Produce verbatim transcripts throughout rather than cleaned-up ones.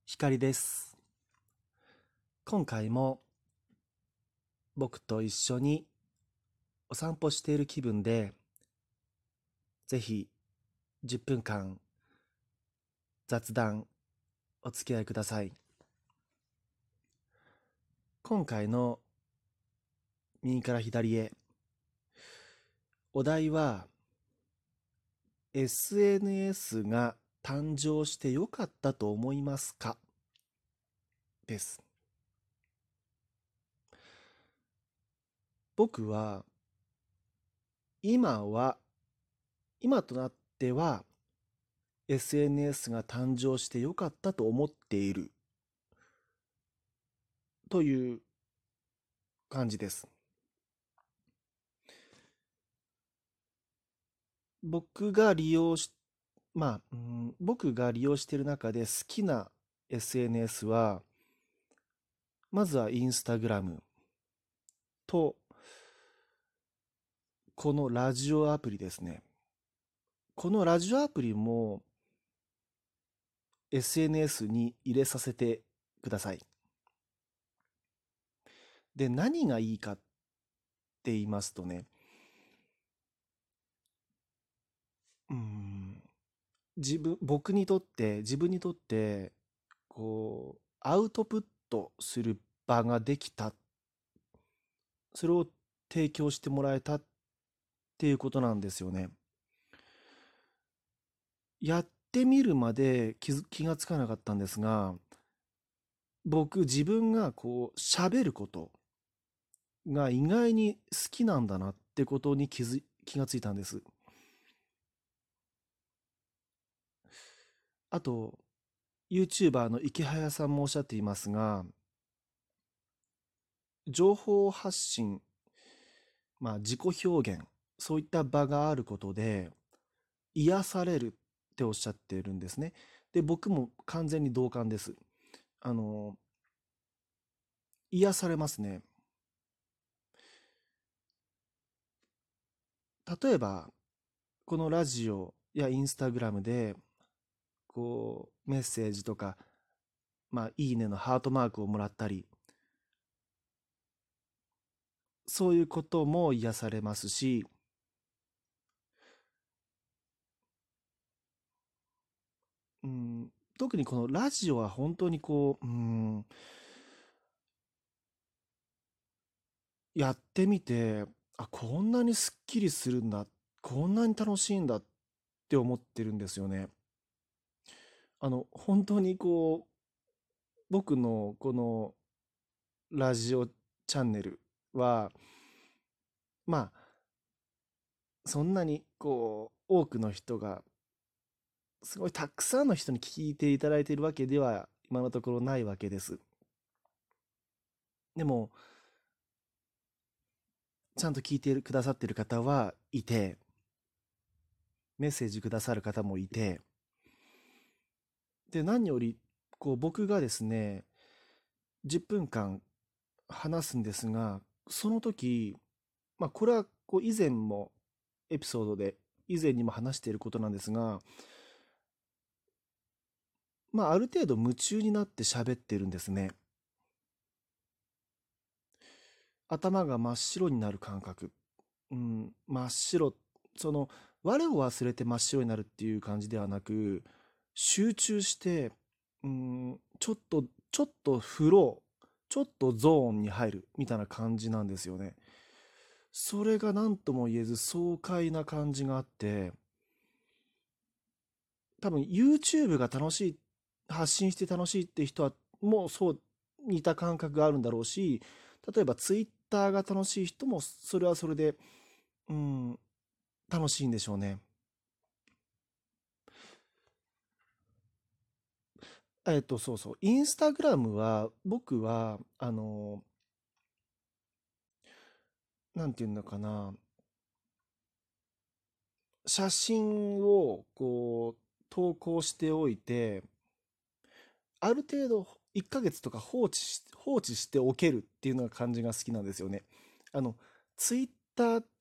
光です。今回も僕と一緒にお散歩している気分で、ぜひじゅっぷんかん雑談お付き合いください。今回の右から左へ、お題は エスエヌエス が誕生してよかったと思いますかです。僕は今は今となっては エスエヌエス が誕生してよかったと思っているという感じです。僕が利用し、まあ、うん、僕が利用している中で好きな エスエヌエス は、まずはインスタグラムと、このラジオアプリですね。このラジオアプリも エスエヌエス に入れさせてください。で、何がいいかって言いますとね、うん、自分、僕にとって、自分にとって、こう、アウトプットする場ができた。それを提供してもらえたっていうことなんですよね。やってみるまで気づ気がつかなかったんですが、僕自分がこう喋ることが意外に好きなんだなってことに気づ気がついたんです。あと、YouTuber の池早さんもおっしゃっていますが、情報発信、まあ自己表現、そういった場があることで癒されるっておっしゃっているんですね。で、僕も完全に同感です。あの、癒されますね。例えば、このラジオやインスタグラムで、こう、メッセージとか、まあ、いいねのハートマークをもらったり、そういうことも癒されますし、うん、特にこのラジオは本当にこう、うん、やってみて、あ、こんなにすっきりするんだ、こんなに楽しいんだって思ってるんですよね。あの、本当にこう、僕のこのラジオチャンネルは、まあ、そんなにこう、多くの人が、すごいたくさんの人に聞いていただいているわけでは今のところないわけです。でも、ちゃんと聞いてくださっている方はいて、メッセージくださる方もいて、で、何より、こう、僕がですね、じゅっぷんかん話すんですが、その時、まあ、これはこう以前もエピソードで以前にも話していることなんですが、まあ、ある程度夢中になって喋ってるんですね。頭が真っ白になる感覚。うん、真っ白。その、我を忘れて真っ白になるっていう感じではなく、集中して、うん、ちょっと、ちょっとフロー、ちょっとゾーンに入るみたいな感じなんですよね。それが何とも言えず爽快な感じがあって、多分 YouTube が楽しい、発信して楽しいって人はもうそう似た感覚があるんだろうし、例えば Twitter が楽しい人もそれはそれで、うん、楽しいんでしょうね。えっと、そうそう。インスタグラムは、僕は、あの、なんていうのかな、写真を、こう、投稿しておいて、ある程度、いっかげつとか放置し、放置しておけるっていうのが感じが好きなんですよね。あの、ツイッターって、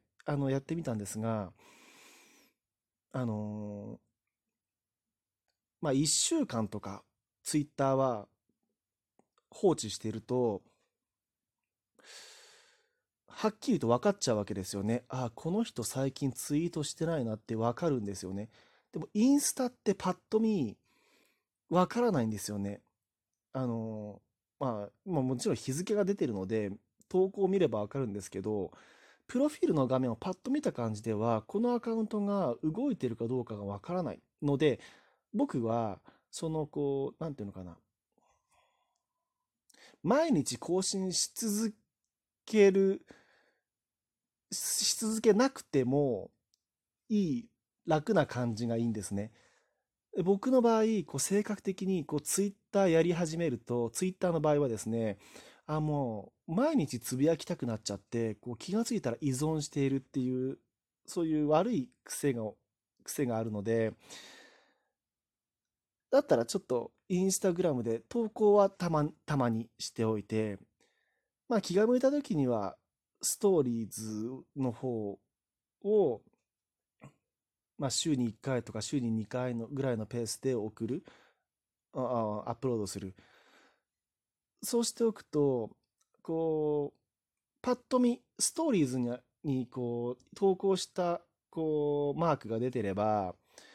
あの、やってみたんですが、あのーまあ、いっしゅうかんとかツイッターは放置していると、はっきりと分かっちゃうわけですよね。ああ、この人最近ツイートしてないなって分かるんですよね。でもインスタってパッと見分からないんですよね。あのまあ、まあもちろん日付が出てるので投稿を見れば分かるんですけど、プロフィールの画面をパッと見た感じではこのアカウントが動いてるかどうかが分からないので、僕はそのこうなんていうのかな、毎日更新し続けるし続けなくてもいい、楽な感じがいいんですね。僕の場合、こう性格的にこうツイッターやり始めると、ツイッターの場合はですね、あ、もう毎日つぶやきたくなっちゃって、こう気がついたら依存しているっていう、そういう悪い癖が、癖があるので、だったらちょっとインスタグラムで投稿はたま、たまにしておいて、まあ気が向いた時にはストーリーズの方を、まあ週にいっかいとか週ににかいのぐらいのペースで送る、ああアップロードする。そうしておくと、こう、パッと見、ストーリーズに、にこう、投稿した、こう、マークが出てれば、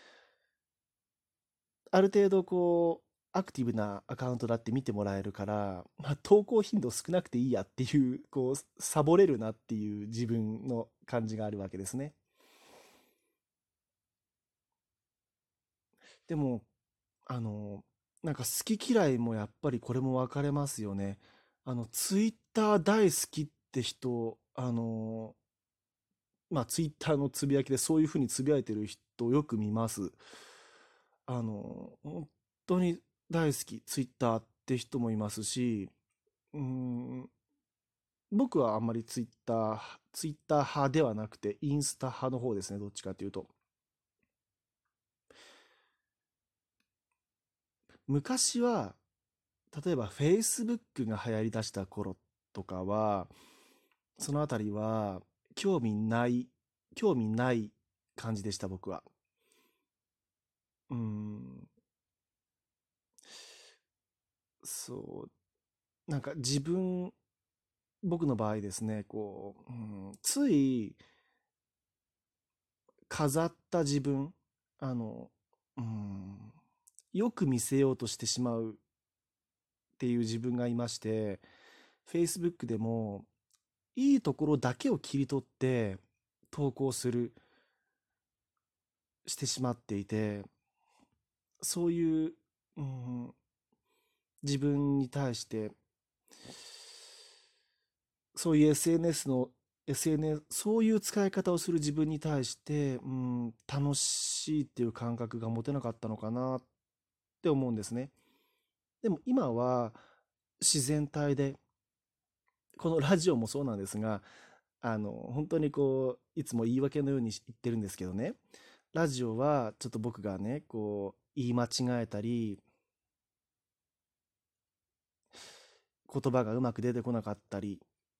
ある程度、こう、アクティブなアカウントだって見てもらえるから、まあ、投稿頻度少なくていいやっていう、こう、サボれるなっていう自分の感じがあるわけですね。でも、あの、なんか好き嫌いもやっぱりこれも分かれますよね。あの、ツイッター大好きって人、あの、まあ、ツイッターのつぶやきでそういうふうにつぶやいてる人をよく見ます。あの、本当に大好き、ツイッターって人もいますし、うーん、僕はあんまりツイッター、ツイッター派ではなくて、インスタ派の方ですね、どっちかっていうと。昔は、例えば Facebook が流行りだした頃とかは、そのあたりは興味ない、興味ない感じでした、僕は。うーん、そう、なんか自分、僕の場合ですね、こう、うん、つい飾った自分、あの、うん、よく見せようとしてしまうっていう自分がいまして、Facebook でもいいところだけを切り取って投稿する、してしまっていて、そういう、うん、自分に対してそういう エスエヌエス の エスエヌエス そういう使い方をする自分に対して、うん、楽しいっていう感覚が持てなかったのかなって思うんですね。でも今は自然体で、このラジオもそうなんですが、あの本当にこういつも言い訳のように言ってるんですけどね、ラジオはちょっと僕がねこう言い間違えたり、言葉がうまく出てこなかったり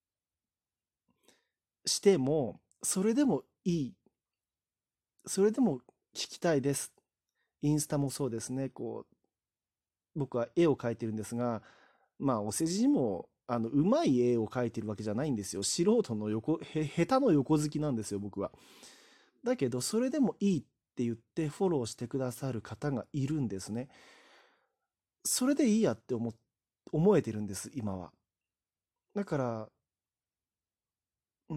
しても、それでもいい、それでも聞きたいです。インスタもそうですね。こう、僕は絵を描いてるんですが、まあ、お世辞にも、あの、うまい絵を描いてるわけじゃないんですよ。素人の横、へ、下手の横好きなんですよ、僕は。だけど、それでもいいって言ってフォローしてくださる方がいるんですね。それでいいやって思、思えてるんです、今は。だから、うん、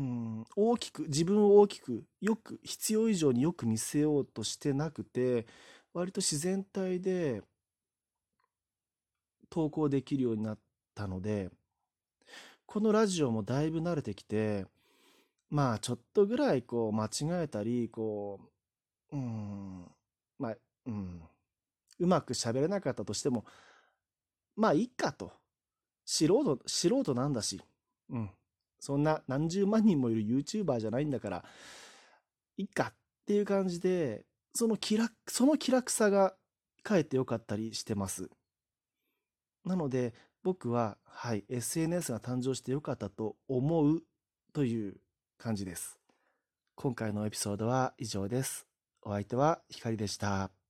大きく、自分を大きく、よく、必要以上によく見せようとしてなくて、割と自然体で投稿できるようになったので、このラジオもだいぶ慣れてきて、まあちょっとぐらいこう間違えたり、こう、うーん、まあ、うん、うまく喋れなかったとしても、まあいいかと。素人、素人なんだし、うん。そんな何十万人もいる YouTuber じゃないんだから、いいかっていう感じで、その気楽、その気楽さがかえってよかったりしてます。なので、僕は、はい、エスエヌエス が誕生してよかったと思うという感じです。今回のエピソードは以上です。お相手はひかりでした。